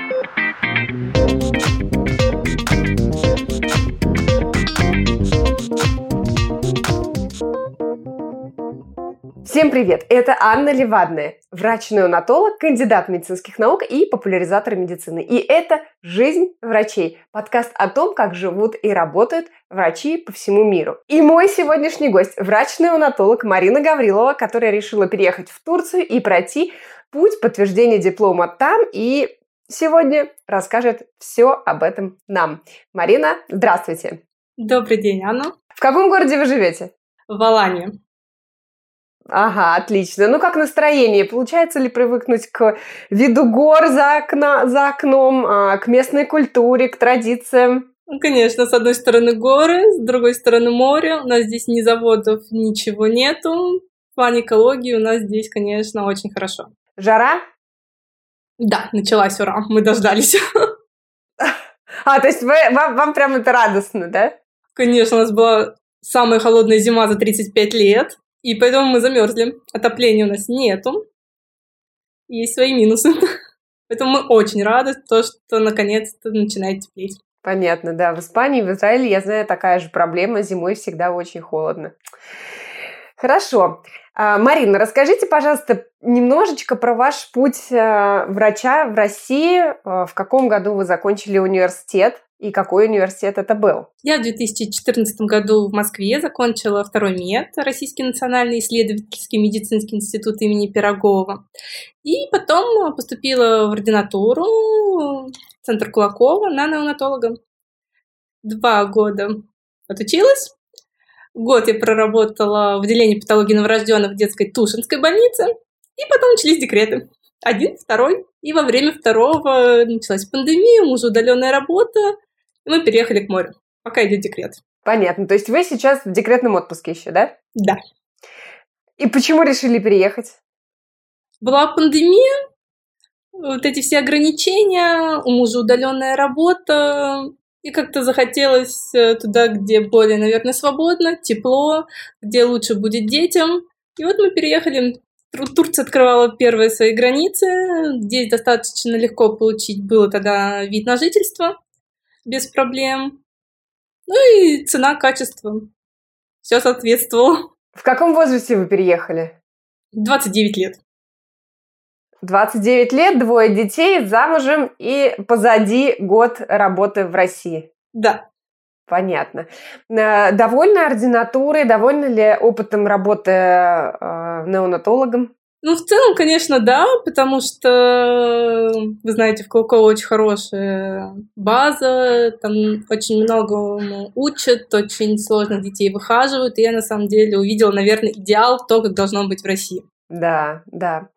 Всем привет! Это Анна Левадная, врач-неонатолог, кандидат медицинских наук и популяризатор медицины. И это «Жизнь врачей» – подкаст о том, как живут и работают врачи по всему миру. И мой сегодняшний гость – врач-неонатолог Марина Гаврилова, которая решила переехать в Турцию и пройти путь подтверждения диплома там, и сегодня расскажет все об этом нам. Марина, здравствуйте! Добрый день, Анна. В каком городе вы живете? В Алании. Ага, отлично. Ну, как настроение? Получается ли привыкнуть к виду гор за окном, к местной культуре, к традициям? Ну, конечно, с одной стороны горы, с другой стороны море. У нас здесь ни заводов, ничего нету. В плане экологии у нас здесь, конечно, очень хорошо. Жара? Да, началась, ура, мы дождались. То есть вам прям это радостно, да? Конечно, у нас была самая холодная зима за 35 лет. И поэтому мы замерзли. Отопления у нас нету. Есть свои минусы. Поэтому мы очень рады, что наконец-то начинает теплеть. Понятно, да. В Испании, в Израиле, я знаю, такая же проблема. Зимой всегда очень холодно. Хорошо. Марина, расскажите, пожалуйста, немножечко про ваш путь врача в России. В каком году вы закончили университет? И какой университет это был? Я в 2014 году в Москве закончила второй МЕД, Российский национальный исследовательский медицинский институт имени Пирогова. И потом поступила в ординатуру в Центр Кулакова на неонатолога. 2 года отучилась. Год я проработала в отделении патологии новорожденных в детской Тушинской больнице. И потом начались декреты. 1, 2. И во время второго началась пандемия, у мужа удаленная работа. И мы переехали к морю, пока идет декрет. Понятно. То есть вы сейчас в декретном отпуске еще, да? Да. И почему решили переехать? Была пандемия, вот эти все ограничения, у мужа удаленная работа. И как-то захотелось туда, где более, наверное, свободно, тепло, где лучше будет детям. И вот мы переехали. Турция открывала первые свои границы. Здесь достаточно легко получить было тогда вид на жительство. Без проблем. Ну и цена, качество. Все соответствовало. В каком возрасте вы переехали? 29 лет. 29 лет, 2 детей, замужем и позади год работы в России. Да. Понятно. Довольны ординатурой, довольны ли опытом работы неонатологом? Ну, в целом, конечно, да, потому что, вы знаете, в Кулаково очень хорошая база, там очень многому учат, очень сложно детей выхаживают, и я, на самом деле, увидела, наверное, идеал, то, как должно быть в России. Да, да.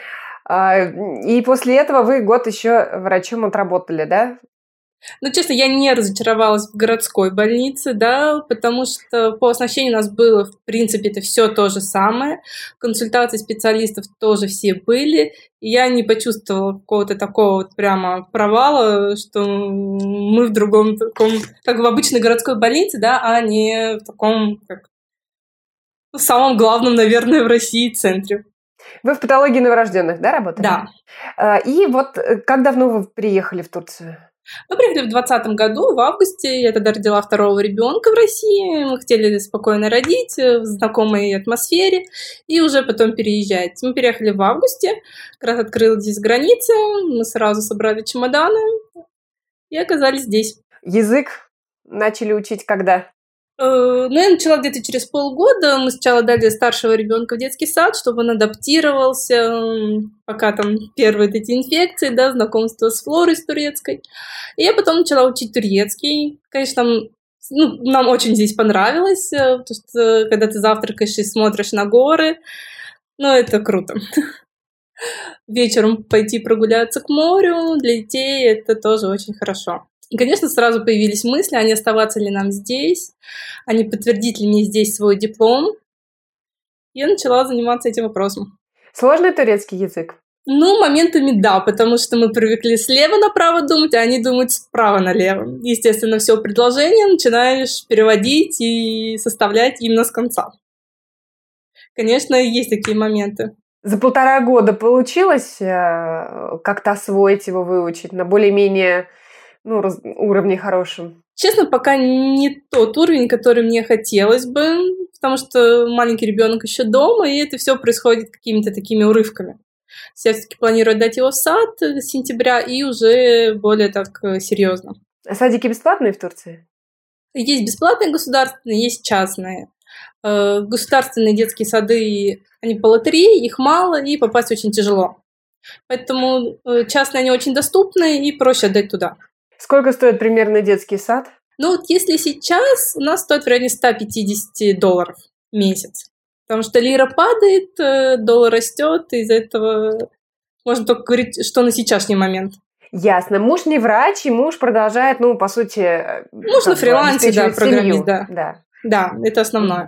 И после этого вы год еще врачом отработали, да? Ну, честно, я не разочаровалась в городской больнице, да, потому что по оснащению у нас было, в принципе, это все то же самое. Консультации специалистов тоже все были. И я не почувствовала какого-то такого вот прямо провала, что мы в другом таком, как в обычной городской больнице, да, а не в таком, как в самом главном, наверное, в России центре. Вы в патологии новорожденных, да, работали? Да. И вот как давно вы приехали в Турцию? Мы приехали в 2020 году, в августе. Я тогда родила 2-го ребенка в России. Мы хотели спокойно родить в знакомой атмосфере и уже потом переезжать. Мы переехали в августе, как раз открылась здесь граница. Мы сразу собрали чемоданы и оказались здесь. Язык начали учить когда? Ну, я начала где-то через полгода. Мы сначала дали старшего ребенка в детский сад, чтобы он адаптировался, пока там первые эти инфекции, да, знакомство с флорой, с турецкой. И я потом начала учить турецкий. Конечно, нам очень здесь понравилось, потому что когда ты завтракаешь и смотришь на горы, это круто. Вечером пойти прогуляться к морю для детей – это тоже очень хорошо. И, конечно, сразу появились мысли, а не оставаться ли нам здесь, а не подтвердить ли мне здесь свой диплом. Я начала заниматься этим вопросом. Сложный турецкий язык? Моментами да, потому что мы привыкли слева направо думать, а они думают справа налево. Естественно, все предложение начинаешь переводить и составлять именно с конца. Конечно, есть такие моменты. За 1,5 года получилось как-то освоить его, выучить на более-менее уровне хорошем? Честно, пока не тот уровень, который мне хотелось бы, потому что маленький ребенок еще дома, и это все происходит какими-то такими урывками. Я все-таки планирую отдать его в сад с сентября и уже более так серьезно. А садики бесплатные в Турции? Есть бесплатные государственные, есть частные. Государственные детские сады, они по лотерее, их мало, и попасть очень тяжело. Поэтому частные они очень доступны, и проще отдать туда. Сколько стоит примерно детский сад? Если сейчас у нас стоит в районе $150 в месяц. Потому что лира падает, доллар растет, и из-за этого можно только говорить, что на сейчасшний момент. Ясно. Муж не врач, и муж продолжает, по сути... Муж на фрилансе, да, программист, да. Да, это основное.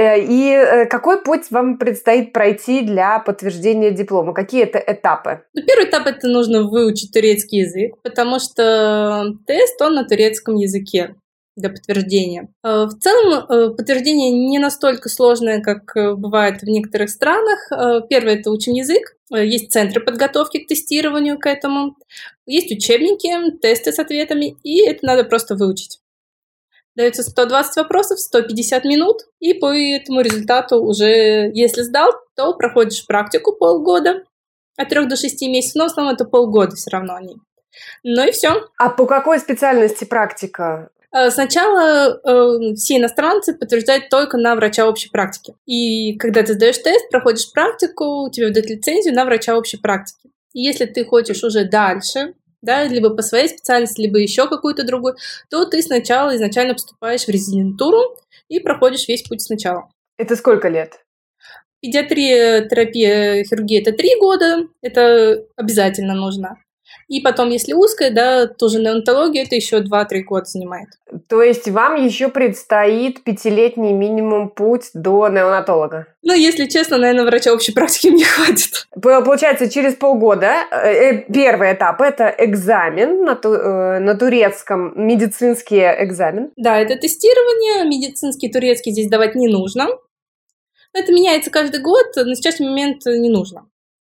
И какой путь вам предстоит пройти для подтверждения диплома? Какие это этапы? Первый этап – это нужно выучить турецкий язык, потому что тест, он на турецком языке для подтверждения. В целом, подтверждение не настолько сложное, как бывает в некоторых странах. Первое – это учим язык. Есть центры подготовки к тестированию к этому. Есть учебники, тесты с ответами, и это надо просто выучить. Дается 120 вопросов, 150 минут, и по этому результату уже, если сдал, то проходишь практику полгода, от 3 до 6 месяцев, но в основном это полгода все равно они. И все. А по какой специальности практика? Сначала все иностранцы подтверждают только на врача общей практики. И когда ты сдаешь тест, проходишь практику, тебе выдают лицензию на врача общей практики. И если ты хочешь уже дальше, да, либо по своей специальности, либо еще какую-то другую, то ты сначала изначально поступаешь в резидентуру и проходишь весь путь сначала. Это сколько лет? Педиатрия, терапия, хирургия – это 3 года, это обязательно нужно. И потом, если узкая, да, тоже неонатология, это еще 2-3 года занимает. То есть вам еще предстоит 5-летний минимум путь до неонатолога? Если честно, наверное, врача общей практики мне хватит. Получается, через полгода первый этап – это экзамен на турецком, медицинский экзамен. Да, это тестирование, медицинский турецкий здесь давать не нужно. Это меняется каждый год, на сейчас момент не нужно.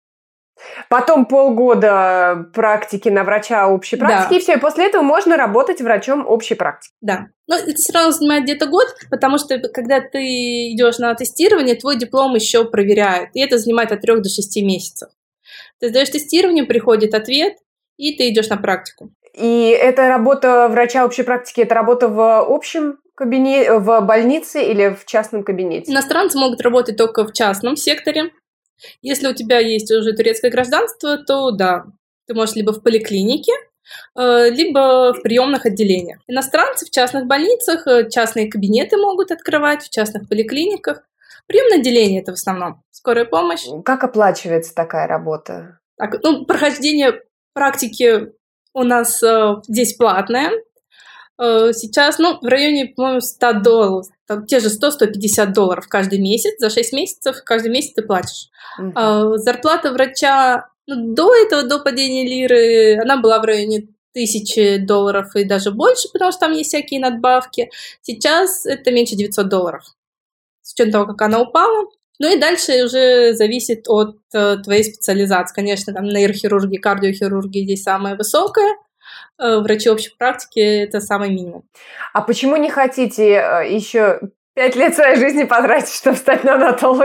Потом полгода практики на врача общей практики, да. И все, и после этого можно работать врачом общей практики. Да, но это все равно занимает где-то год, потому что когда ты идешь на тестирование, твой диплом еще проверяют, и это занимает от 3 до 6 месяцев. Ты сдаешь тестирование, приходит ответ, и ты идешь на практику. И эта работа врача общей практики, это работа в общем кабинете, в больнице или в частном кабинете? Иностранцы могут работать только в частном секторе. Если у тебя есть уже турецкое гражданство, то да, ты можешь либо в поликлинике, либо в приемных отделениях. Иностранцы в частных больницах, частные кабинеты могут открывать в частных поликлиниках. Приемное отделение – это в основном скорая помощь. Как оплачивается такая работа? Прохождение практики у нас здесь платное. Сейчас, в районе, по-моему, $100, те же $100-150 каждый месяц, за 6 месяцев, каждый месяц ты платишь. Зарплата врача, до падения лиры, она была в районе $1000 и даже больше, потому что там есть всякие надбавки. Сейчас это меньше $900, с учетом того, как она упала. И дальше уже зависит от твоей специализации. Конечно, там нейрохирургия, кардиохирургия здесь самая высокая. Врачи общей практики – это самый минимум. А почему не хотите еще 5 лет своей жизни потратить, чтобы стать неонатологом?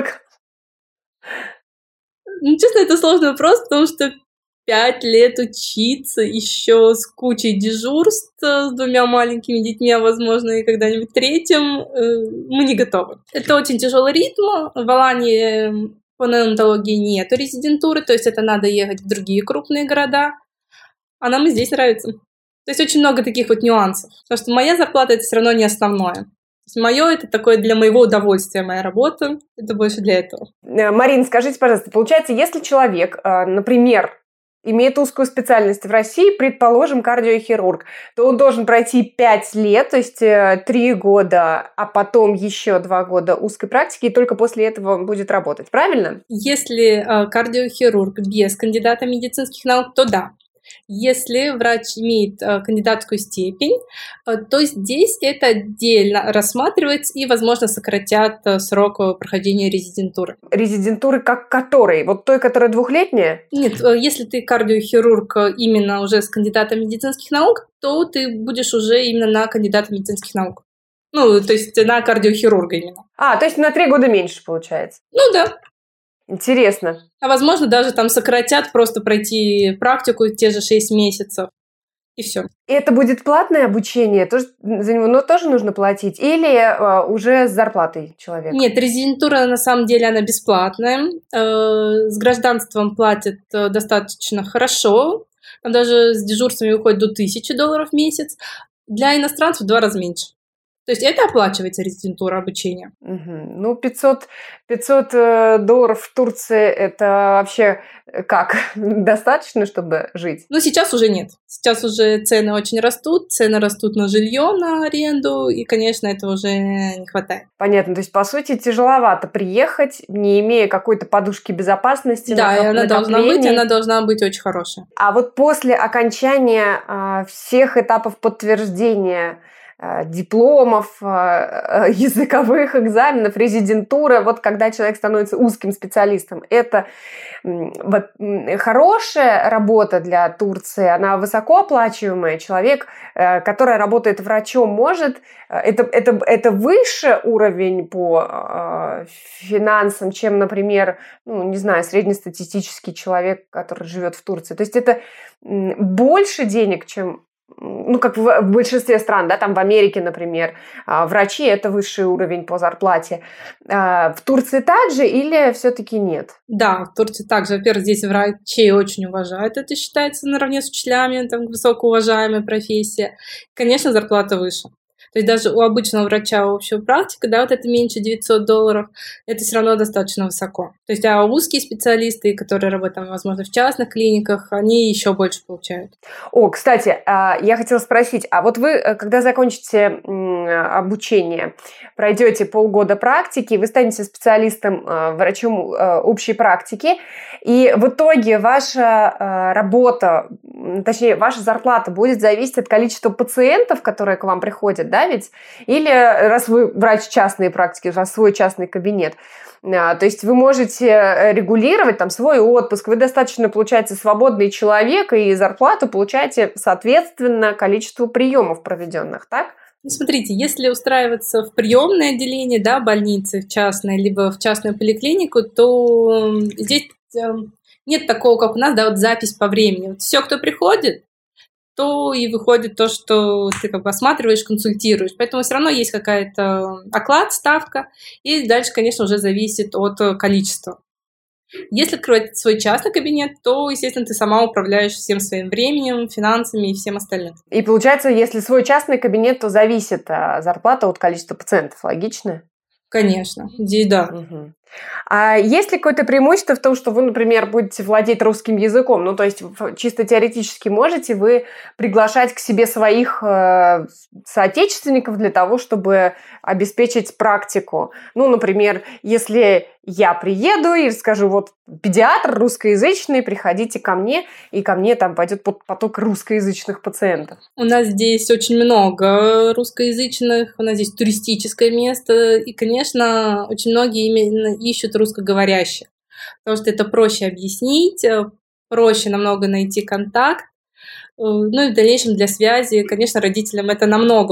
Честно, это сложный вопрос, потому что 5 лет учиться еще с кучей дежурств, с 2 маленькими детьми, а возможно и когда-нибудь 3-м, мы не готовы. Это очень тяжелый ритм. В Алании по неонатологии нету резидентуры, то есть это надо ехать в другие крупные города. А нам и здесь нравится. То есть очень много таких нюансов. Потому что моя зарплата – это все равно не основное. То есть мое – это такое для моего удовольствия, моя работа. Это больше для этого. Марина, скажите, пожалуйста, получается, если человек, например, имеет узкую специальность в России, предположим, кардиохирург, то он должен пройти 5 лет, то есть 3 года, а потом еще 2 года узкой практики, и только после этого он будет работать, правильно? Если кардиохирург без кандидата медицинских наук, то да. Если врач имеет кандидатскую степень, то здесь это отдельно рассматривается и, возможно, сократят срок прохождения резидентуры. Резидентуры как которой? Вот той, которая 2-летняя? Нет, если ты кардиохирург именно уже с кандидатом медицинских наук, то ты будешь уже именно на кандидата медицинских наук. Ну, то есть на кардиохирурга именно. То есть на 3 года меньше получается? Ну да. Интересно. А возможно, даже там сократят, просто пройти практику те же 6 месяцев, и все. И это будет платное обучение? Тоже, за него тоже нужно платить? Или уже с зарплатой человека? Нет, резидентура на самом деле она бесплатная. С гражданством платят достаточно хорошо. Там даже с дежурствами выходит до $1000 в месяц. Для иностранцев в 2 раза меньше. То есть это оплачивается резидентура обучения. Ну, $500 в Турции – это вообще как? Достаточно, чтобы жить? Ну, сейчас уже нет. Сейчас уже цены очень растут. Цены растут на жилье, на аренду. И, конечно, этого уже не хватает. Понятно. То есть, по сути, тяжеловато приехать, не имея какой-то подушки безопасности. Да, и она должна быть очень хорошая. А вот после окончания всех этапов подтверждения дипломов, языковых экзаменов, резидентура, вот когда человек становится узким специалистом, это хорошая работа для Турции, она высокооплачиваемая. Человек, который работает врачом, может, это выше уровень по финансам, чем, например, не знаю, среднестатистический человек, который живет в Турции. То есть это больше денег, чем как в большинстве стран, да, там в Америке, например, врачи – это высший уровень по зарплате. В Турции также или все-таки нет? Да, в Турции также. Во-первых, здесь врачей очень уважают. Это считается наравне с учителями, там высокоуважаемая профессия. Конечно, зарплата выше. То есть даже у обычного врача общего практика, да, вот это меньше $900, это все равно достаточно высоко. То есть узкие специалисты, которые работают, возможно, в частных клиниках, они еще больше получают. Кстати, я хотела спросить, а вот вы, когда закончите обучение, пройдете полгода практики, вы станете специалистом, врачом общей практики, и в итоге ваша работа, точнее, ваша зарплата будет зависеть от количества пациентов, которые к вам приходят, да, ведь? Или раз вы врач частной практики, у вас свой частный кабинет, то есть вы можете регулировать там свой отпуск, вы достаточно, получаете, свободный человек, и зарплату получаете соответственно количеству приемов проведенных, так? Ну, смотрите, если устраиваться в приемное отделение, да, больницы в частной, либо в частную поликлинику, то здесь нет такого, как у нас, да, вот запись по времени. Вот все, кто приходит, то и выходит то, что ты как бы осматриваешь, консультируешь. Поэтому все равно есть какая-то оклад, ставка, и дальше, конечно, уже зависит от количества. Если открывать свой частный кабинет, то, естественно, ты сама управляешь всем своим временем, финансами и всем остальным. И получается, если свой частный кабинет, то зависит зарплата от количества пациентов. Логично? Конечно, да. Угу. А есть ли какое-то преимущество в том, что вы, например, будете владеть русским языком? Ну, то есть чисто теоретически можете вы приглашать к себе своих соотечественников для того, чтобы обеспечить практику? Ну, например, если я приеду и скажу, вот педиатр русскоязычный, приходите ко мне, и ко мне там пойдет поток русскоязычных пациентов. У нас здесь очень много русскоязычных, у нас здесь туристическое место, и, конечно, очень многие именно ищут русскоговорящих, потому что это проще объяснить, проще намного найти контакт. Ну и в дальнейшем для связи, конечно, родителям это намного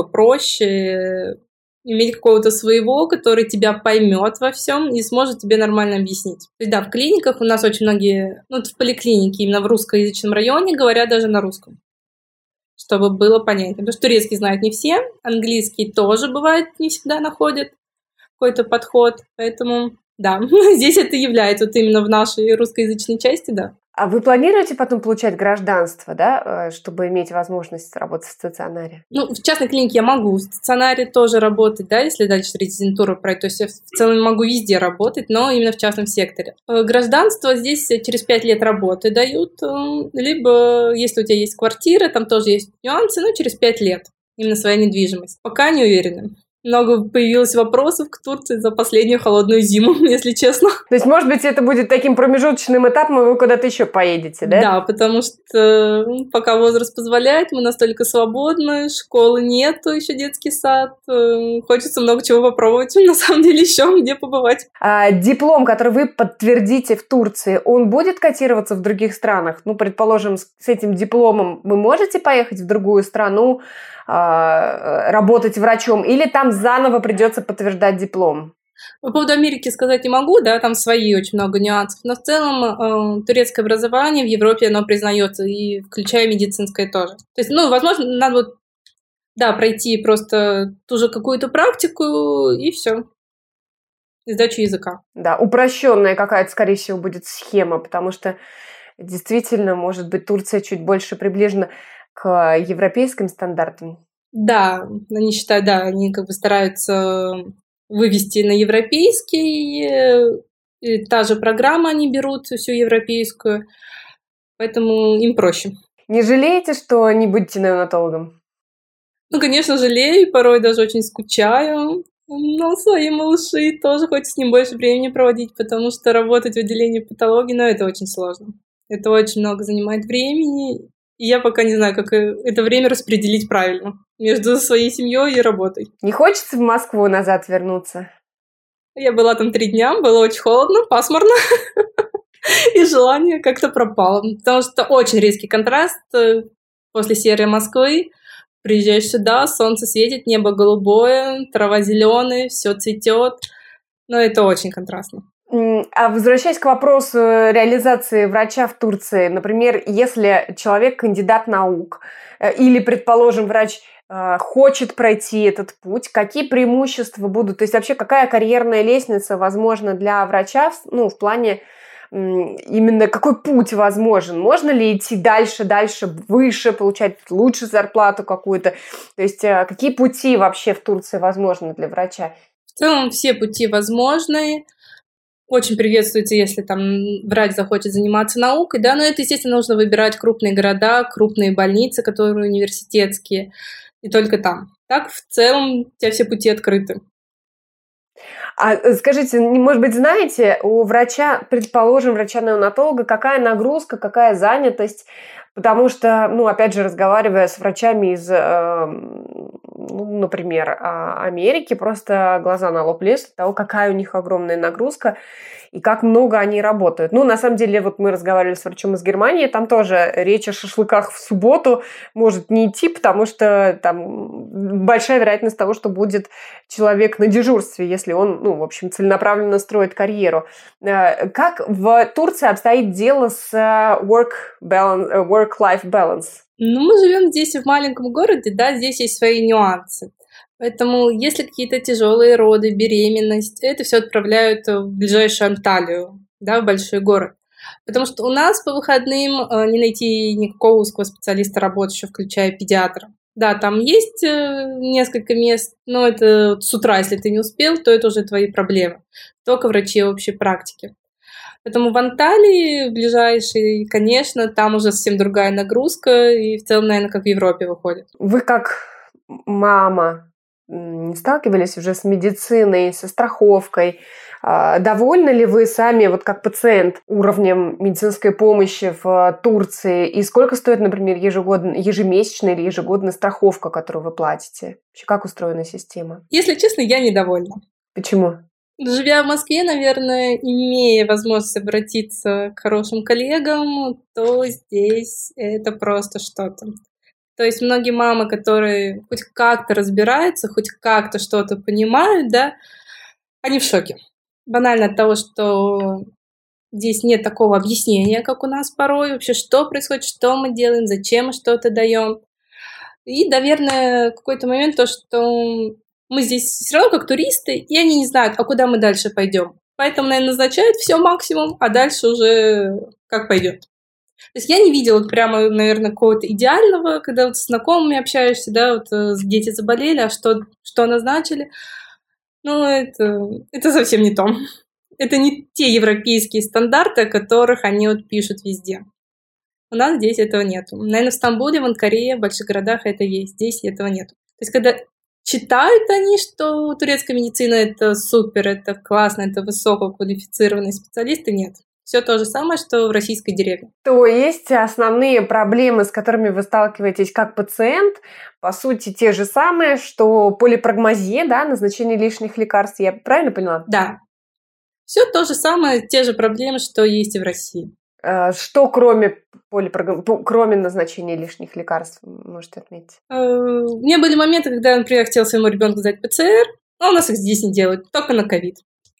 проще иметь какого-то своего, который тебя поймет во всем и сможет тебе нормально объяснить. То есть, да, в клиниках у нас очень многие, в поликлинике, именно в русскоязычном районе, говорят даже на русском, чтобы было понятно. Потому что турецкий знают не все, английский тоже бывает не всегда находят какой-то подход, поэтому да, здесь это является вот именно в нашей русскоязычной части, да. А вы планируете потом получать гражданство, да, чтобы иметь возможность работать в стационаре? В частной клинике я могу в стационаре тоже работать, да, если дальше резидентуру пройти. То есть я в целом могу везде работать, но именно в частном секторе. Гражданство здесь через 5 лет работы дают, либо если у тебя есть квартира, там тоже есть нюансы, но через 5 лет именно своя недвижимость. Пока не уверена. много появилось вопросов к Турции за последнюю холодную зиму, если честно. То есть, может быть, это будет таким промежуточным этапом, и вы куда-то еще поедете, да? Да, потому что пока возраст позволяет, мы настолько свободны, школы нету, еще детский сад. Хочется много чего попробовать, на самом деле, еще где побывать. А диплом, который вы подтвердите в Турции, он будет котироваться в других странах? Ну, предположим, с этим дипломом вы можете поехать в другую страну, работать врачом, или там заново придется подтверждать диплом? По поводу Америки сказать не могу, да, там свои очень много нюансов, но в целом турецкое образование в Европе, оно признается, и включая медицинское тоже. То есть, возможно, надо вот, да, пройти просто ту же какую-то практику, и все, и сдачу языка. Да, упрощенная какая-то, скорее всего, будет схема, потому что действительно, может быть, Турция чуть больше приближена к европейским стандартам. Да, они считают, да, они как бы стараются вывести на европейский, и та же программа они берут, всю европейскую, поэтому им проще. Не жалеете, что не будете неонатологом? Конечно, жалею, порой даже очень скучаю, но свои малыши тоже хочется с ним больше времени проводить, потому что работать в отделении патологии, это очень сложно. Это очень много занимает времени, и я пока не знаю, как это время распределить правильно между своей семьей и работой. Не хочется в Москву назад вернуться? Я была там 3 дня, было очень холодно, пасмурно, и желание как-то пропало, потому что очень резкий контраст после серой Москвы. Приезжаешь сюда, солнце светит, небо голубое, трава зеленая, все цветет, но это очень контрастно. А возвращаясь к вопросу реализации врача в Турции, например, если человек кандидат наук или, предположим, врач хочет пройти этот путь, какие преимущества будут? То есть вообще какая карьерная лестница возможна для врача, в плане именно какой путь возможен? Можно ли идти дальше, выше, получать лучше зарплату какую-то? То есть какие пути вообще в Турции возможны для врача? В целом все пути возможны. Очень приветствуется, если там врач захочет заниматься наукой, да, но это, естественно, нужно выбирать крупные города, крупные больницы, которые университетские, и только там. Так, в целом, у тебя все пути открыты. А скажите, может быть, знаете, у врача, предположим, врача-неонатолога, какая нагрузка, какая занятость? Потому что, опять же, разговаривая с врачами из, например, Америки, просто глаза на лоб лезут от того, какая у них огромная нагрузка и как много они работают. На самом деле, вот мы разговаривали с врачом из Германии, там тоже речь о шашлыках в субботу может не идти, потому что там большая вероятность того, что будет человек на дежурстве, если он, в общем, целенаправленно строит карьеру. Как в Турции обстоит дело с work-life balance? Мы живем здесь в маленьком городе, да, здесь есть свои нюансы. Поэтому, если какие-то тяжелые роды, беременность, это все отправляют в ближайшую Анталию, да, в большой город. Потому что у нас по выходным не найти никакого узкого специалиста работающего, включая педиатра. Да, там есть несколько мест, но это с утра, если ты не успел, то это уже твои проблемы. Только врачи общей практики. Поэтому в Анталии, в ближайшей, конечно, там уже совсем другая нагрузка, и в целом, наверное, как в Европе выходит. Вы как мама не сталкивались уже с медициной, со страховкой? Довольны ли вы сами, вот как пациент, уровнем медицинской помощи в Турции? И сколько стоит, например, ежемесячная или ежегодная страховка, которую вы платите? Вообще, как устроена система? Если честно, я недовольна. Почему? Живя в Москве, наверное, имея возможность обратиться к хорошим коллегам, то здесь это просто что-то. То есть многие мамы, которые хоть как-то разбираются, хоть как-то что-то понимают, да, они в шоке. Банально от того, что здесь нет такого объяснения, как у нас порой, вообще, что происходит, что мы делаем, зачем мы что-то даем. И, наверное, в какой-то момент то, что мы здесь все равно как туристы, и они не знают, а куда мы дальше пойдем. Поэтому, наверное, назначают все максимум, а дальше уже как пойдет. То есть я не видела прямо, наверное, какого-то идеального, когда вот с знакомыми общаешься, да, вот дети заболели, а что назначили. Это совсем не то. Это не те европейские стандарты, о которых они вот пишут везде. У нас здесь этого нету. Наверное, в Стамбуле, в Анкаре, в больших городах это есть. Здесь этого нету. То есть, когда Читают они, что турецкая медицина это супер, это классно, это высококвалифицированные специалисты? Нет. Все то же самое, что в российской деревне. То есть основные проблемы, с которыми вы сталкиваетесь как пациент, по сути, те же самые, что полипрагмазия, да, назначение лишних лекарств. Я правильно поняла? Да. Все то же самое, те же проблемы, что есть и в России. Что кроме кроме назначения лишних лекарств, можете отметить? У меня были моменты, когда, например, я хотела своему ребенку сдать ПЦР, а у нас их здесь не делают, только на ковид.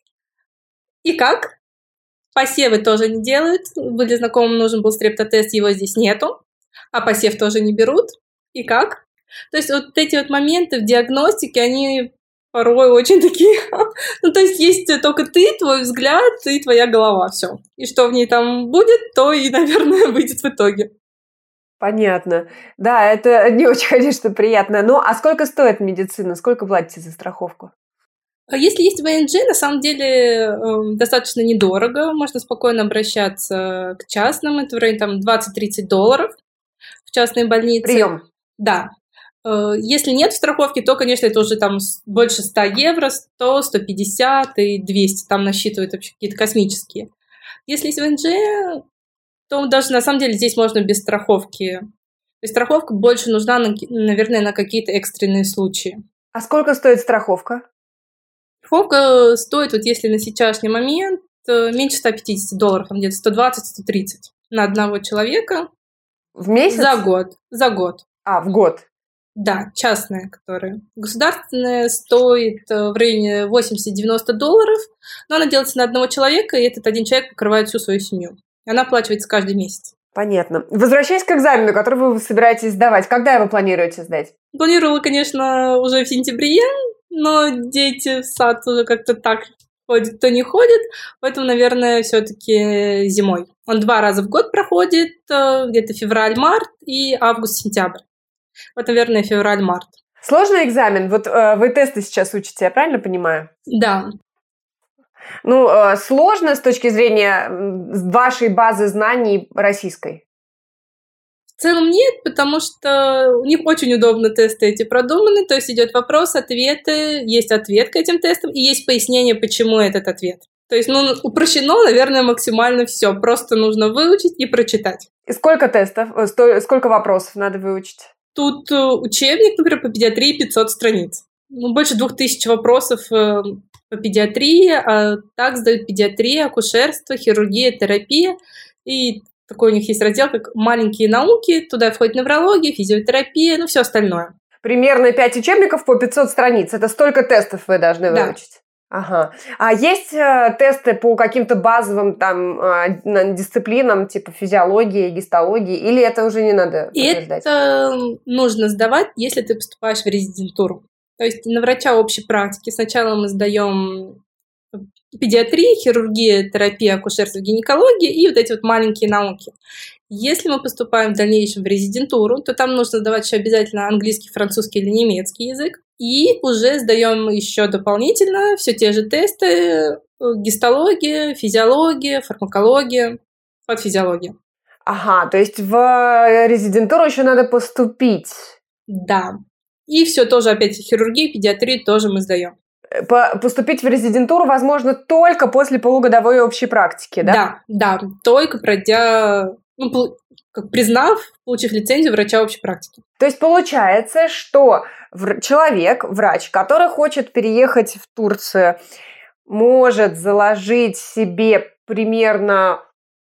И как? Посевы тоже не делают. Были знакомым, нужен был стрептотест, его здесь нету. А посев тоже не берут. И как? То есть вот эти вот моменты в диагностике, они порой очень такие... Ну, то есть только ты, твой взгляд и твоя голова, все. И что в ней там будет, то и, наверное, выйдет в итоге. Понятно. Да, это не очень, конечно, приятно. Ну, а сколько стоит медицина? Сколько платите за страховку? Если есть ВНЖ, на самом деле достаточно недорого. Можно спокойно обращаться к частным. Это в районе там, $20-30 в частной больнице. Прием? Да. Если нет страховки, то, конечно, это уже там больше 100 евро, 100, 150 и 200. Там насчитывают вообще какие-то космические. Если есть ВНЖ, то даже на самом деле здесь можно без страховки. То есть страховка больше нужна, наверное, на какие-то экстренные случаи. А сколько стоит страховка? Страховка стоит, вот если на сейчасшний момент, меньше $150, там где-то 120-130 на одного человека. В месяц? За год. За год. А, в год. Да, частная, которая. Государственная стоит в районе $80-90, но она делается на одного человека, и этот один человек покрывает всю свою семью. Она оплачивается каждый месяц. Понятно. Возвращаясь к экзамену, который вы собираетесь сдавать, когда его планируете сдать? Планировала, конечно, уже в сентябре, но дети в сад уже как-то так ходят, то не ходят, поэтому, наверное, все-таки зимой. Он 2 раза в год проходит, где-то февраль-март и август-сентябрь. Вот, наверное, февраль-март. Сложный экзамен? Вот вы тесты сейчас учите, я правильно понимаю? Да. Ну, сложно с точки зрения вашей базы знаний российской? В целом нет, потому что у них очень удобно тесты эти продуманы, то есть идет вопрос, ответы, есть ответ к этим тестам и есть пояснение, почему этот ответ. То есть, упрощено, наверное, максимально все. Просто нужно выучить и прочитать. И сколько тестов, сколько вопросов надо выучить? Тут учебник, например, по педиатрии 500 страниц. Больше 2000 вопросов по педиатрии, а так сдают педиатрия, акушерство, хирургия, терапия. И такой у них есть раздел, как маленькие науки. Туда входит неврология, физиотерапия, все остальное. Примерно 5 учебников по 500 страниц. Это столько тестов вы должны выучить. Ага. А есть тесты по каким-то базовым там дисциплинам, типа физиологии, гистологии, или это уже не надо подтверждать? Это нужно сдавать, если ты поступаешь в резидентуру. То есть на врача общей практики сначала мы сдаем педиатрия, хирургия, терапия, акушерство, гинекология и вот эти вот маленькие науки. Если мы поступаем в дальнейшем в резидентуру, то там нужно сдавать еще обязательно английский, французский или немецкий язык. И уже сдаем еще дополнительно все те же тесты: гистология, физиология, фармакология, подфизиология. Ага, то есть в резидентуру еще надо поступить. Да. И все тоже опять хирургию, педиатрию тоже мы сдаем. Поступить в резидентуру возможно только после полугодовой общей практики, да? Да, только пройдя, признав, получив лицензию врача общей практики. То есть получается, что человек, врач, который хочет переехать в Турцию, может заложить себе примерно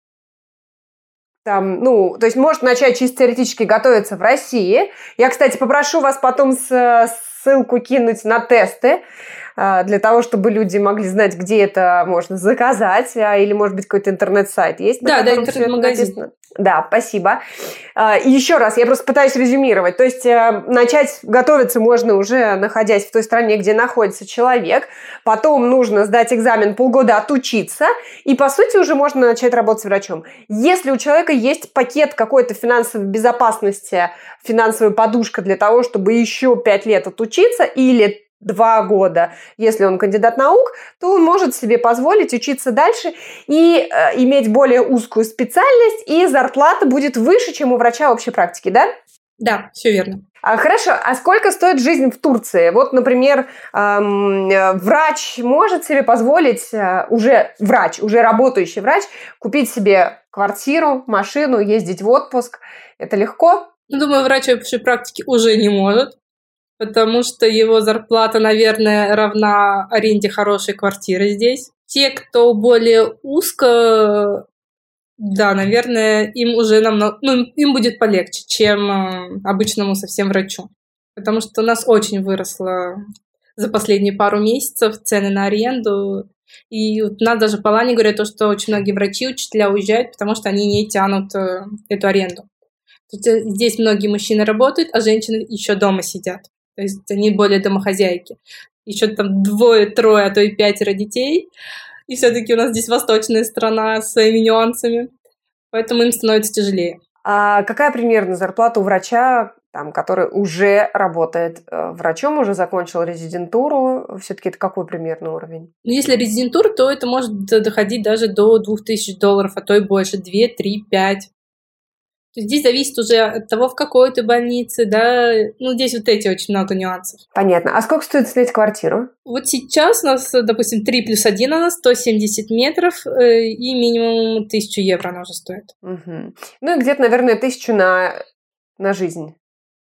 то есть может начать чисто теоретически готовиться в России. Я, кстати, попрошу вас потом ссылку кинуть на тесты, для того, чтобы люди могли знать, где это можно заказать, или, может быть, какой-то интернет-сайт есть? Да, интернет-магазин. Да, спасибо. И еще раз, я просто пытаюсь резюмировать. То есть начать готовиться можно уже находясь в той стране, где находится человек. Потом нужно сдать экзамен, полгода отучиться, и, по сути, уже можно начать работать врачом. Если у человека есть пакет какой-то финансовой безопасности, финансовая подушка для того, чтобы еще 5 лет отучиться, или 2 года, если он кандидат наук, то он может себе позволить учиться дальше и иметь более узкую специальность, и зарплата будет выше, чем у врача общей практики, да? Да, все верно. Хорошо, а сколько стоит жизнь в Турции? Вот, например, врач может себе позволить, уже работающий врач, купить себе квартиру, машину, ездить в отпуск? Это легко? Думаю, врач общей практики уже не может, потому что его зарплата, наверное, равна аренде хорошей квартиры здесь. Те, кто более узко, да, наверное, им уже им будет полегче, чем обычному совсем врачу. Потому что у нас очень выросло за последние пару месяцев цены на аренду. И вот у нас даже по Лане говорят, что очень многие врачи, учителя уезжают, потому что они не тянут эту аренду. То есть здесь многие мужчины работают, а женщины еще дома сидят. То есть они более домохозяйки. Еще там 2, 3, а то и 5 детей. И все-таки у нас здесь восточная страна с своими нюансами. Поэтому им становится тяжелее. А какая примерно зарплата у врача, который уже работает врачом, уже закончил резидентуру? Все-таки это какой примерный уровень? Если резидентура, то это может доходить даже до $2000, а то и больше. 2, 3, 5. То есть здесь зависит уже от того, в какой ты больнице, да. Здесь вот эти очень много нюансов. Понятно. А сколько стоит снять квартиру? Вот сейчас у нас, допустим, 3+1 у нас 170 метров, и минимум 1000 евро она уже стоит. Угу. И где-то, наверное, 1000 на жизнь.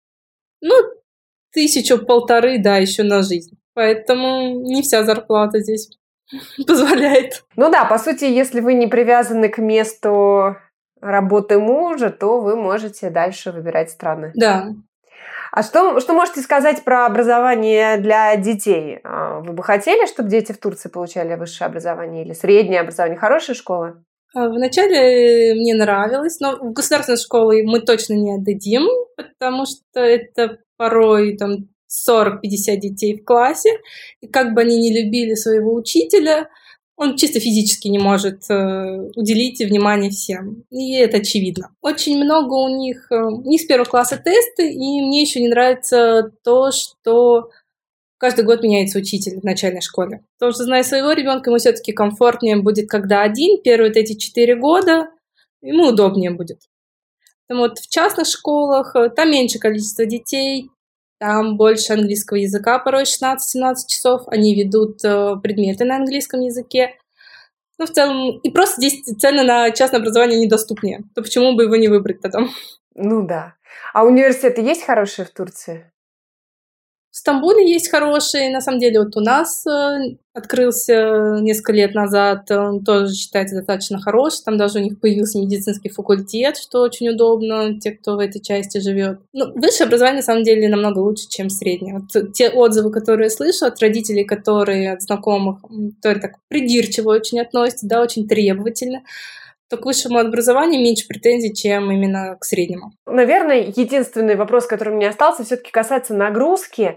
1000-1500, да, еще на жизнь. Поэтому не вся зарплата здесь позволяет. По сути, если вы не привязаны к месту работы мужа, то вы можете дальше выбирать страны. Да. А что можете сказать про образование для детей? Вы бы хотели, чтобы дети в Турции получали высшее образование или среднее образование? Хорошая школа? Вначале мне нравилось, но в государственной школе мы точно не отдадим, потому что это порой 40-50 детей в классе. И как бы они ни любили своего учителя, он чисто физически не может уделить внимание всем. И это очевидно. Очень много у них с первого класса тесты, и мне еще не нравится то, что каждый год меняется учитель в начальной школе. Потому что, зная своего ребенка, ему все-таки комфортнее будет, когда один, первые эти 4 года, ему удобнее будет. Поэтому в частных школах там меньше количество детей, там больше английского языка, порой 16-17 часов. Они ведут предметы на английском языке. В целом, и просто здесь цены на частное образование недоступнее. То почему бы его не выбрать потом? Да. А университеты есть хорошие в Турции? В Стамбуле есть хорошие. На самом деле, у нас открылся несколько лет назад. Он тоже считается достаточно хороший. Там даже у них появился медицинский факультет, что очень удобно, те, кто в этой части живет. Высшее образование, на самом деле, намного лучше, чем среднее. Те отзывы, которые я слышу от родителей, от знакомых, которые так придирчиво очень относятся, да, очень требовательно, то к высшему образованию меньше претензий, чем именно к среднему. Наверное, единственный вопрос, который у меня остался, все-таки касается нагрузки.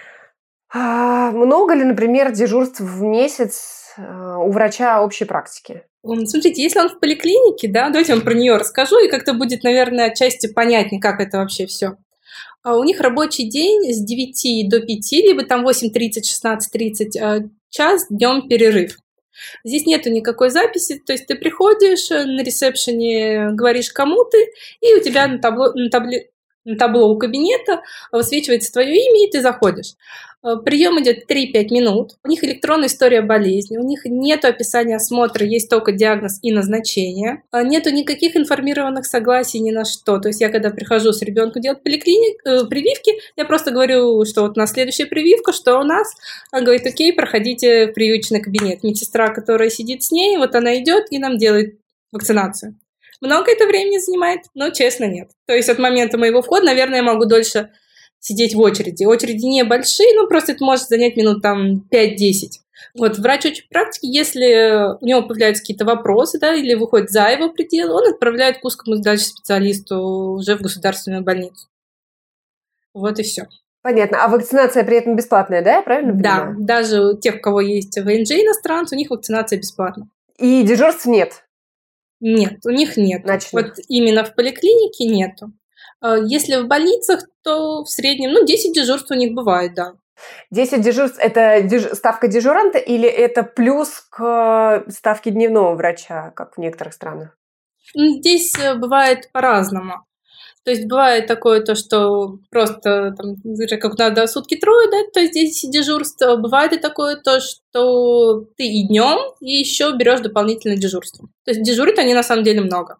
Много ли, например, дежурств в месяц у врача общей практики? Смотрите, если он в поликлинике, да, давайте я вам про нее расскажу, и как-то будет, наверное, отчасти понятнее, как это вообще все. У них рабочий день с 9 до 5, либо 8:30, 16:30, час, днем перерыв. Здесь нету никакой записи, то есть ты приходишь на ресепшене, говоришь кому ты, и у тебя на табло у кабинета высвечивается твое имя, и ты заходишь. Прием идет 3-5 минут. У них электронная история болезни, у них нет описания осмотра, есть только диагноз и назначение. Нету никаких информированных согласий ни на что. То есть я, когда прихожу с ребенком делать прививки, я просто говорю, что на следующая прививка, что у нас. Она говорит, окей, проходите в прививочный кабинет. Медсестра, которая сидит с ней, она идет и нам делает вакцинацию. Много это времени занимает? Честно, нет. То есть от момента моего входа, наверное, я могу дольше сидеть в очереди. Очереди небольшие, просто это может занять минут 5-10. Врач общей практики, если у него появляются какие-то вопросы, да, или выходит за его пределы, он отправляет к узкому дальше специалисту уже в государственную больницу. И все. Понятно. А вакцинация при этом бесплатная, да? Я правильно понимаю? Да, даже у тех, у кого есть ВНЖ иностранцы, у них вакцинация бесплатна. И дежурств нет? Нет, у них нет. Ночных. Именно в поликлинике нету. Если в больницах, то в среднем, 10 дежурств у них бывает, да. 10 дежурств – это ставка дежуранта или это плюс к ставке дневного врача, как в некоторых странах? Здесь бывает по-разному. То есть бывает такое, то, что просто там, как надо сутки-трое, да, то есть здесь дежурство. Бывает и такое, то, что ты и днем, и еще берешь дополнительное дежурство. То есть дежурят они на самом деле много.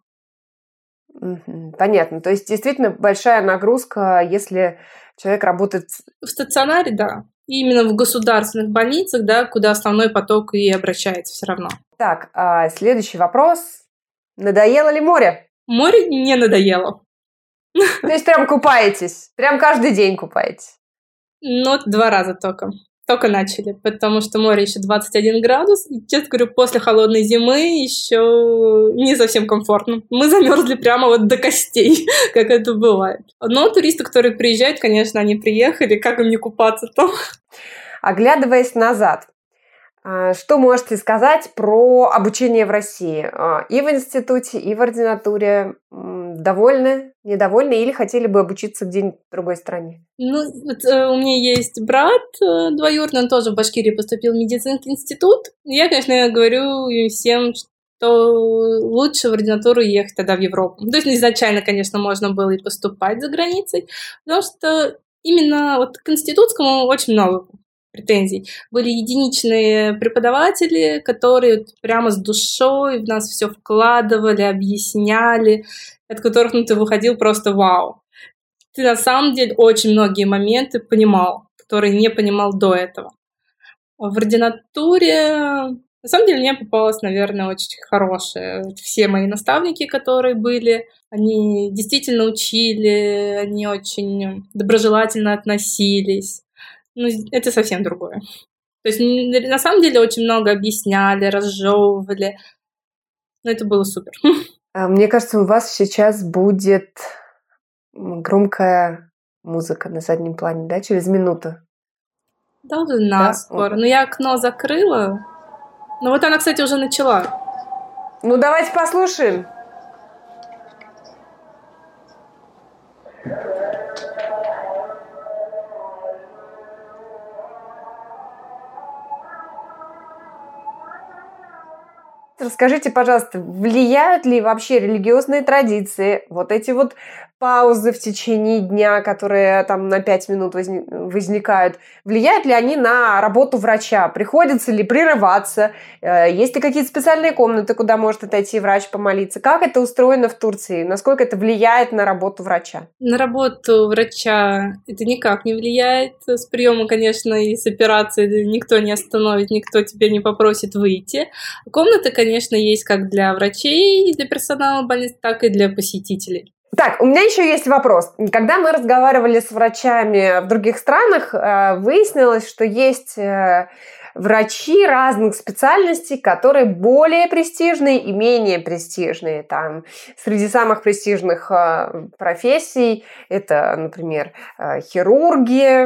Понятно. То есть действительно большая нагрузка, если человек работает... В стационаре, да. И именно в государственных больницах, да, куда основной поток и обращается все равно. Так, следующий вопрос. Надоело ли море? Море не надоело. То есть прям купаетесь? Прям каждый день купаетесь? Ну, 2 раза только. Только начали, потому что море еще 21 градус. И, честно говорю, после холодной зимы еще не совсем комфортно. Мы замерзли прямо вот до костей, как это бывает. Но туристы, которые приезжают, конечно, они приехали, как им не купаться там? Оглядываясь назад, что можете сказать про обучение в России? И в институте, и в ординатуре. Довольны, недовольны или хотели бы обучиться где-нибудь в другой стране? Ну, вот, у меня есть брат двоюродный, он тоже в Башкирии поступил в медицинский институт. Я, конечно, говорю всем, что лучше в ординатуру ехать тогда в Европу. То есть изначально, конечно, можно было и поступать за границей, потому что именно вот к институтскому очень много претензий. Были единичные преподаватели, которые прямо с душой в нас все вкладывали, объясняли, от которых ты выходил просто вау. Ты на самом деле очень многие моменты понимал, которые не понимал до этого. В ординатуре, на самом деле, мне попалось, наверное, очень хорошее. Все мои наставники, которые были, они действительно учили, они очень доброжелательно относились. Ну, это совсем другое. То есть, на самом деле, очень много объясняли, разжевывали. Но это было супер. Мне кажется, у вас сейчас будет громкая музыка на заднем плане, да, через минуту? Должна скоро. Но я окно закрыла. Ну вот она, кстати, уже начала. Ну, давайте послушаем. Расскажите, пожалуйста, влияют ли вообще религиозные традиции, вот эти вот паузы в течение дня, которые там на 5 минут возникают, влияют ли они на работу врача? Приходится ли прерываться? Есть ли какие-то специальные комнаты, куда может отойти врач помолиться? Как это устроено в Турции? Насколько это влияет на работу врача? На работу врача это никак не влияет. С приема, конечно, и с операции никто не остановит, никто тебя не попросит выйти. Комнаты, конечно, есть как для врачей, для персонала больниц, так и для посетителей. Так, у меня еще есть вопрос. Когда мы разговаривали с врачами в других странах, выяснилось, что есть врачи разных специальностей, которые более престижные и менее престижные. Там, среди самых престижных профессий это, например, хирурги,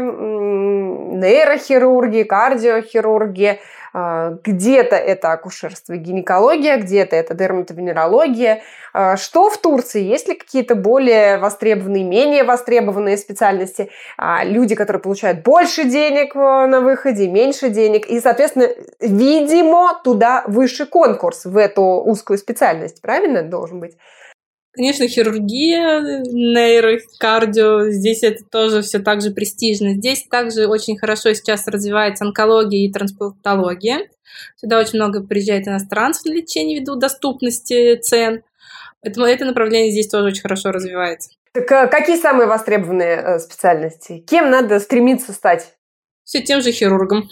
нейрохирурги, кардиохирурги. Где-то это акушерство и гинекология, где-то это дерматовенерология. Что в Турции? Есть ли какие-то более востребованные, менее востребованные специальности? Люди, которые получают больше денег на выходе, меньше денег. И, соответственно, видимо, туда выше конкурс в эту узкую специальность. Правильно должен быть? Конечно, хирургия, нейро, кардио, здесь это тоже все так же престижно. Здесь также очень хорошо сейчас развивается онкология и трансплантология. Сюда очень много приезжает иностранцев на лечение ввиду доступности цен. Поэтому это направление здесь тоже очень хорошо развивается. Так какие самые востребованные специальности? Кем надо стремиться стать? Все тем же хирургом.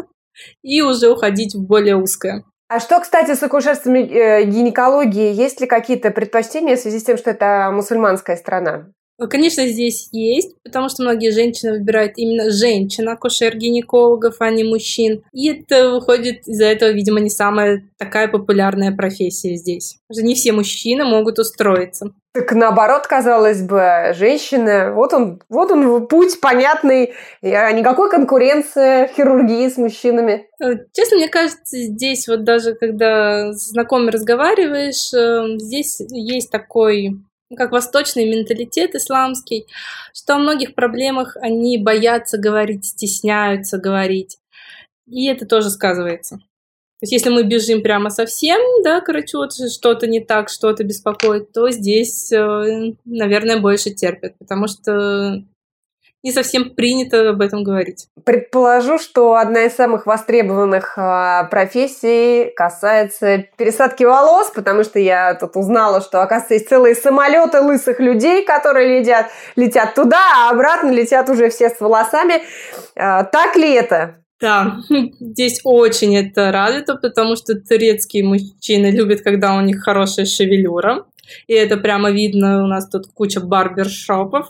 И уже уходить в более узкое. А что, кстати, с акушерством и гинекологией? Есть ли какие-то предпочтения в связи с тем, что это мусульманская страна? Конечно, здесь есть, потому что многие женщины выбирают именно женщин-акушер-гинекологов, а не мужчин. И это выходит из-за этого, видимо, не самая такая популярная профессия здесь. Потому что не все мужчины могут устроиться. Так наоборот, казалось бы, женщины, вот он путь понятный, никакой конкуренции в хирургии с мужчинами. Честно, мне кажется, здесь вот даже когда с знакомыми разговариваешь, здесь есть такой, как восточный менталитет исламский, что о многих проблемах они боятся говорить, стесняются говорить. И это тоже сказывается. То есть если мы бежим прямо совсем, да, короче, вот что-то не так, что-то беспокоит, то здесь, наверное, больше терпят, потому что не совсем принято об этом говорить. Предположу, что одна из самых востребованных профессий касается пересадки волос, потому что я тут узнала, что, оказывается, есть целые самолеты лысых людей, которые летят туда, а обратно летят уже все с волосами. Так ли это? Да, здесь очень это развито, потому что турецкие мужчины любят, когда у них хорошая шевелюра. И это прямо видно, у нас тут куча барбершопов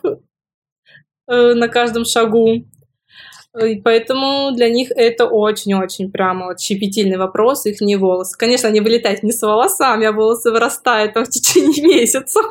на каждом шагу. И поэтому для них это очень-очень прямо вот щепетильный вопрос, их не волосы. Конечно, они вылетают не с волосами, а волосы вырастают там в течение месяца.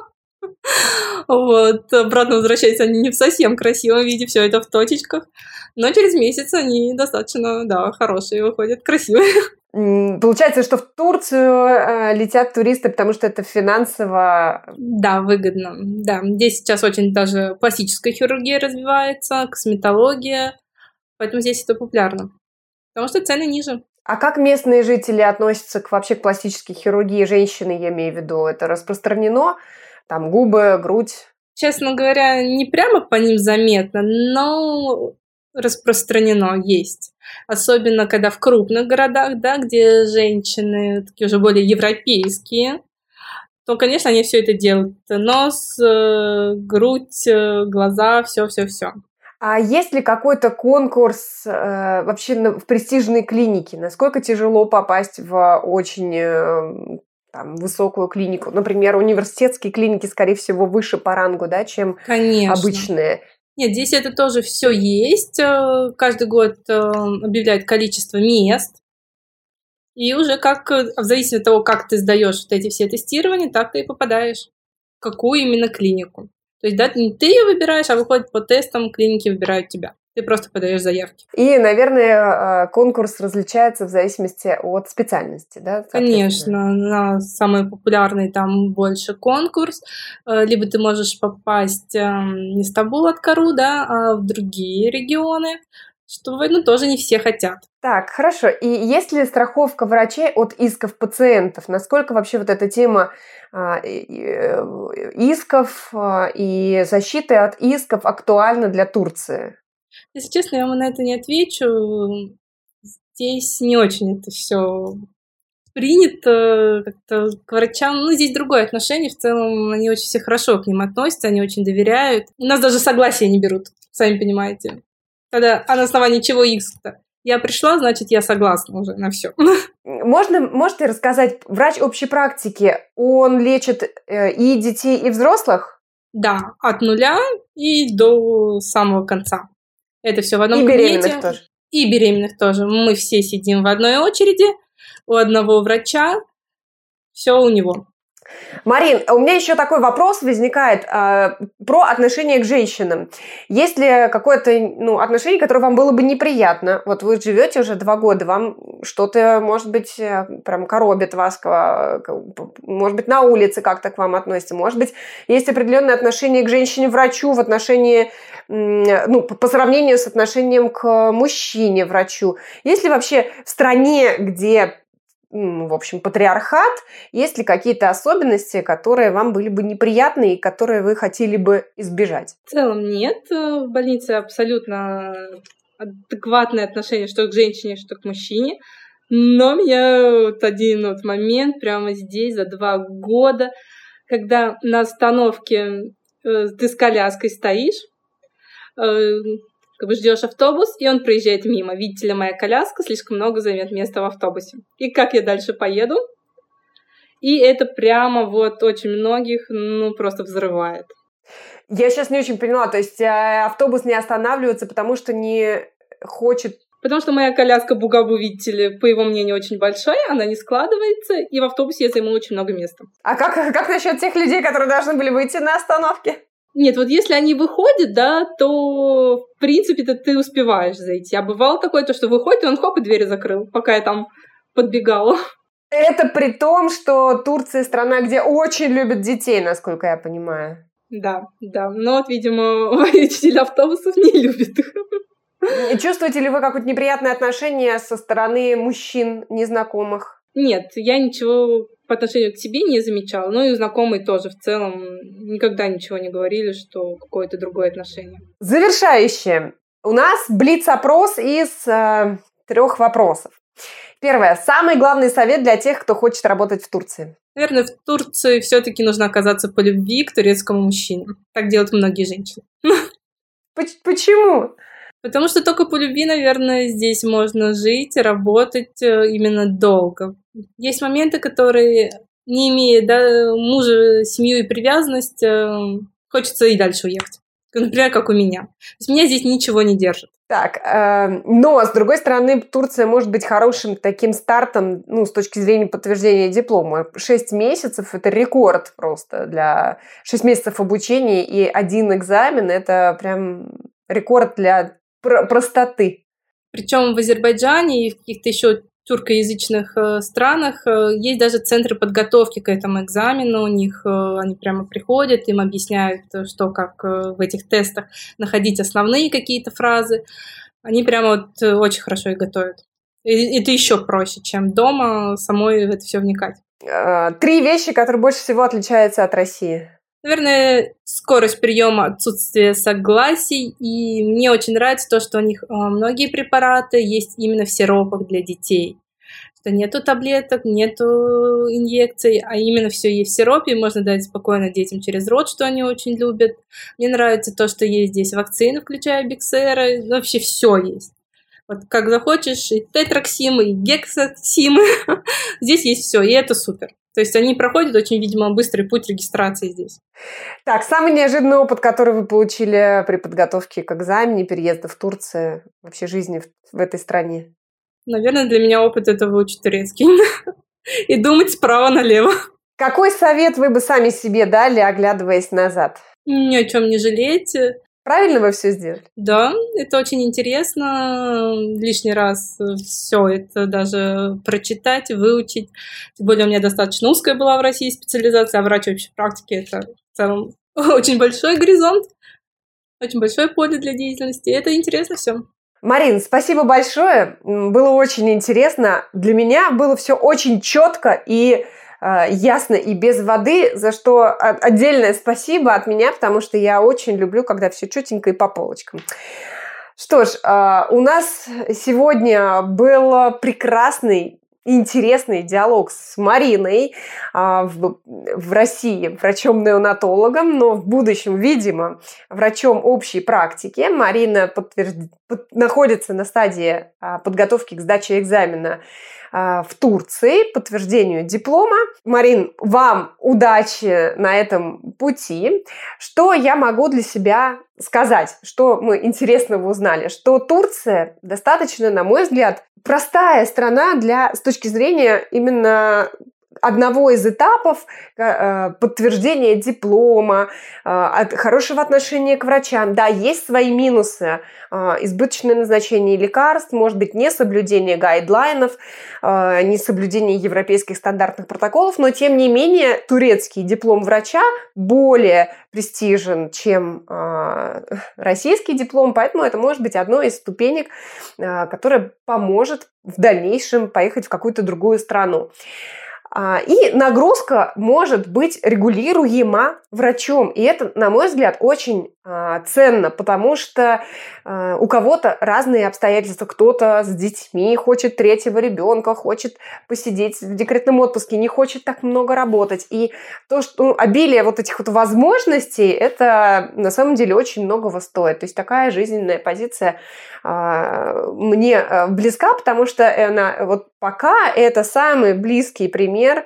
Вот. Обратно возвращаются они не в совсем красивом виде, все это в точечках. Но через месяц они достаточно, да, хорошие выходят, красивые. Получается, что в Турцию летят туристы, потому что это финансово... Да, выгодно. Да, здесь сейчас очень даже пластическая хирургия развивается, косметология, поэтому здесь это популярно, потому что цены ниже. А как местные жители относятся вообще к пластической хирургии? Женщины, я имею в виду, это распространено? Там губы, грудь? Честно говоря, не прямо по ним заметно, но распространено есть. Особенно, когда в крупных городах, да, где женщины такие уже более европейские, то, конечно, они все это делают. Нос, грудь, глаза, все-все-все. А есть ли какой-то конкурс вообще в престижной клинике? Насколько тяжело попасть в очень высокую клинику? Например, университетские клиники, скорее всего, выше по рангу, да, чем обычные. Нет, здесь это тоже все есть. Каждый год объявляют количество мест. И уже в зависимости от того, как ты сдаешь вот эти все тестирования, так ты и попадаешь. В какую именно клинику. То есть, да, не ты ее выбираешь, а выходит по тестам, клиники выбирают тебя. Ты просто подаешь заявки. И, наверное, конкурс различается в зависимости от специальности, да? Конечно, на самый популярный там больше конкурс. Либо ты можешь попасть не в Стамбул от Кару, да, а в другие регионы, что тоже не все хотят. Так, хорошо. И есть ли страховка врачей от исков пациентов? Насколько вообще вот эта тема исков и защиты от исков актуальна для Турции? Если честно, я вам на это не отвечу. Здесь не очень это все принято как-то к врачам. Здесь другое отношение. В целом, они очень все хорошо к ним относятся, они очень доверяют. У нас даже согласия не берут, сами понимаете. А на основании чего иск-то? Я пришла, значит, я согласна уже на все. Можете рассказать, врач общей практики, он лечит и детей, и взрослых? Да, от нуля и до самого конца. Это все в одном кабинете. И беременных тоже. И беременных тоже. Мы все сидим в одной очереди, у одного врача, все у него. Марин, у меня еще такой вопрос возникает про отношение к женщинам. Есть ли какое-то отношение, которое вам было бы неприятно? Вот вы живете уже 2 года, вам что-то, может быть, прям коробит вас, может быть, на улице как-то к вам относится, может быть, есть определенное отношение к женщине-врачу в отношении, по сравнению с отношением к мужчине-врачу. Есть ли вообще в стране, где в общем, патриархат, есть ли какие-то особенности, которые вам были бы неприятны и которые вы хотели бы избежать? В целом нет. В больнице абсолютно адекватное отношение что к женщине, что к мужчине. Но меня один момент прямо здесь за 2 года, когда на остановке ты с коляской стоишь, ждешь автобус, и он проезжает мимо. Видите ли, моя коляска слишком много займет места в автобусе. И как я дальше поеду? И это прямо очень многих, просто взрывает. Я сейчас не очень поняла. То есть автобус не останавливается, потому что не хочет... Потому что моя коляска Бугабу, видите ли, по его мнению, очень большая, она не складывается, и в автобусе я займу очень много места. А как насчет тех людей, которые должны были выйти на остановке? Нет, если они выходят, да, то, в принципе-то, ты успеваешь зайти. А бывало такое, что выходит, и он хоп, и дверь закрыл, пока я там подбегала. Это при том, что Турция страна, где очень любят детей, насколько я понимаю. Да. Но видимо, водители автобусов не любят их. Чувствуете ли вы какое-то неприятное отношение со стороны мужчин незнакомых? Нет, я ничего по отношению к себе не замечала. Ну и знакомые тоже в целом никогда ничего не говорили, что какое-то другое отношение. Завершающее. У нас блиц-опрос из 3 вопросов. Первое. Самый главный совет для тех, кто хочет работать в Турции. Наверное, в Турции все-таки нужно оказаться по любви к турецкому мужчине. Так делают многие женщины. Почему? Потому что только по любви, наверное, здесь можно жить и работать именно долго. Есть моменты, которые, не имея мужа, семью и привязанность, хочется и дальше уехать. Например, как у меня. То есть меня здесь ничего не держит. Так, но, с другой стороны, Турция может быть хорошим таким стартом, с точки зрения подтверждения диплома. 6 месяцев – это рекорд просто для 6 месяцев обучения и 1 экзамен – это прям рекорд для простоты. Причем в Азербайджане и в каких-то еще тюркоязычных странах есть даже центры подготовки к этому экзамену. У них они прямо приходят, им объясняют, что как в этих тестах находить основные какие-то фразы. Они прямо очень хорошо их готовят. И это еще проще, чем дома самой в это все вникать. 3 вещи, которые больше всего отличаются от России. Наверное, скорость приема, отсутствие согласий. И мне очень нравится то, что у них многие препараты есть именно в сиропах для детей. Что нету таблеток, нету инъекций, а именно все есть в сиропе, и можно дать спокойно детям через рот, что они очень любят. Мне нравится то, что есть здесь вакцины, включая Биксера. Вообще все есть. Вот как захочешь, и тетраксимы, и гексаксимы. Здесь есть все, и это супер. То есть они проходят очень, видимо, быстрый путь регистрации здесь. Так, самый неожиданный опыт, который вы получили при подготовке к экзамену, переезда в Турцию, вообще жизни в этой стране? Наверное, для меня опыт – это выучить турецкий и думать справа налево. Какой совет вы бы сами себе дали, оглядываясь назад? Ни о чем не жалеть. Правильно вы все сделали? Да, это очень интересно. Лишний раз все это даже прочитать, выучить. Тем более у меня достаточно узкая была в России специализация, а врач общей практики – это в целом очень большой горизонт, очень большое поле для деятельности. Это интересно все. Марин, спасибо большое. Было очень интересно. Для меня было все очень четко и ясно и без воды, за что отдельное спасибо от меня, потому что я очень люблю, когда все четенько и по полочкам. Что ж, у нас сегодня был прекрасный, интересный диалог с Мариной в России, врачом-неонатологом, но в будущем, видимо, врачом общей практики. Марина находится на стадии подготовки к сдаче экзамена в Турции, подтверждению диплома. Марин, вам удачи на этом пути. Что я могу для себя сказать, что мы интересного узнали? Что Турция достаточно, на мой взгляд, простая страна с точки зрения именно одного из этапов подтверждения диплома, хорошего отношения к врачам. Да, есть свои минусы. Избыточное назначение лекарств, может быть, несоблюдение гайдлайнов, несоблюдение европейских стандартных протоколов, но, тем не менее, турецкий диплом врача более престижен, чем российский диплом, поэтому это может быть одной из ступенек, которая поможет в дальнейшем поехать в какую-то другую страну. И нагрузка может быть регулируема врачом. И это, на мой взгляд, очень ценно, потому что у кого-то разные обстоятельства. Кто-то с детьми хочет 3-го ребенка, хочет посидеть в декретном отпуске, не хочет так много работать. И то, что обилие вот этих вот возможностей, это на самом деле очень многого стоит. То есть такая жизненная позиция мне близка, потому что вот пока это самый близкий пример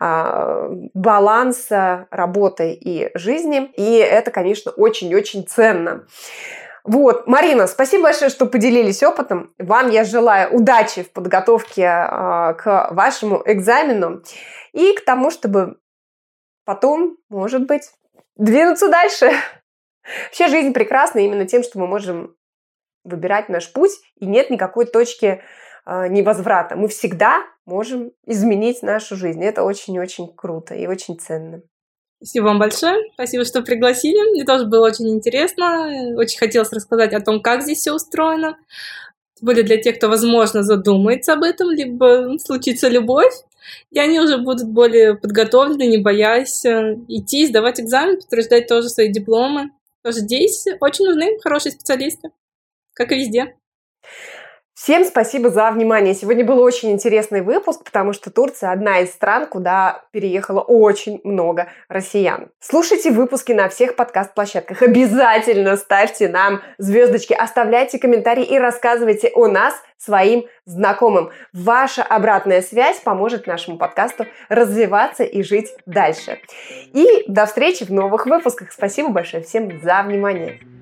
баланса работы и жизни. И это, конечно, очень-очень ценно. Вот, Марина, спасибо большое, что поделились опытом. Вам я желаю удачи в подготовке к вашему экзамену и к тому, чтобы потом, может быть, двинуться дальше. Вообще жизнь прекрасна именно тем, что мы можем выбирать наш путь, и нет никакой точки невозврата. Мы всегда можем изменить нашу жизнь. Это очень-очень круто и очень ценно. Спасибо вам большое. Спасибо, что пригласили. Мне тоже было очень интересно. Очень хотелось рассказать о том, как здесь все устроено. Тем более для тех, кто, возможно, задумается об этом, либо случится любовь, и они уже будут более подготовлены, не боясь идти, сдавать экзамен, подтверждать тоже свои дипломы. Тоже здесь очень нужны хорошие специалисты, как и везде. Всем спасибо за внимание. Сегодня был очень интересный выпуск, потому что Турция одна из стран, куда переехало очень много россиян. Слушайте выпуски на всех подкаст-площадках. Обязательно ставьте нам звездочки, оставляйте комментарии и рассказывайте о нас своим знакомым. Ваша обратная связь поможет нашему подкасту развиваться и жить дальше. И до встречи в новых выпусках. Спасибо большое всем за внимание.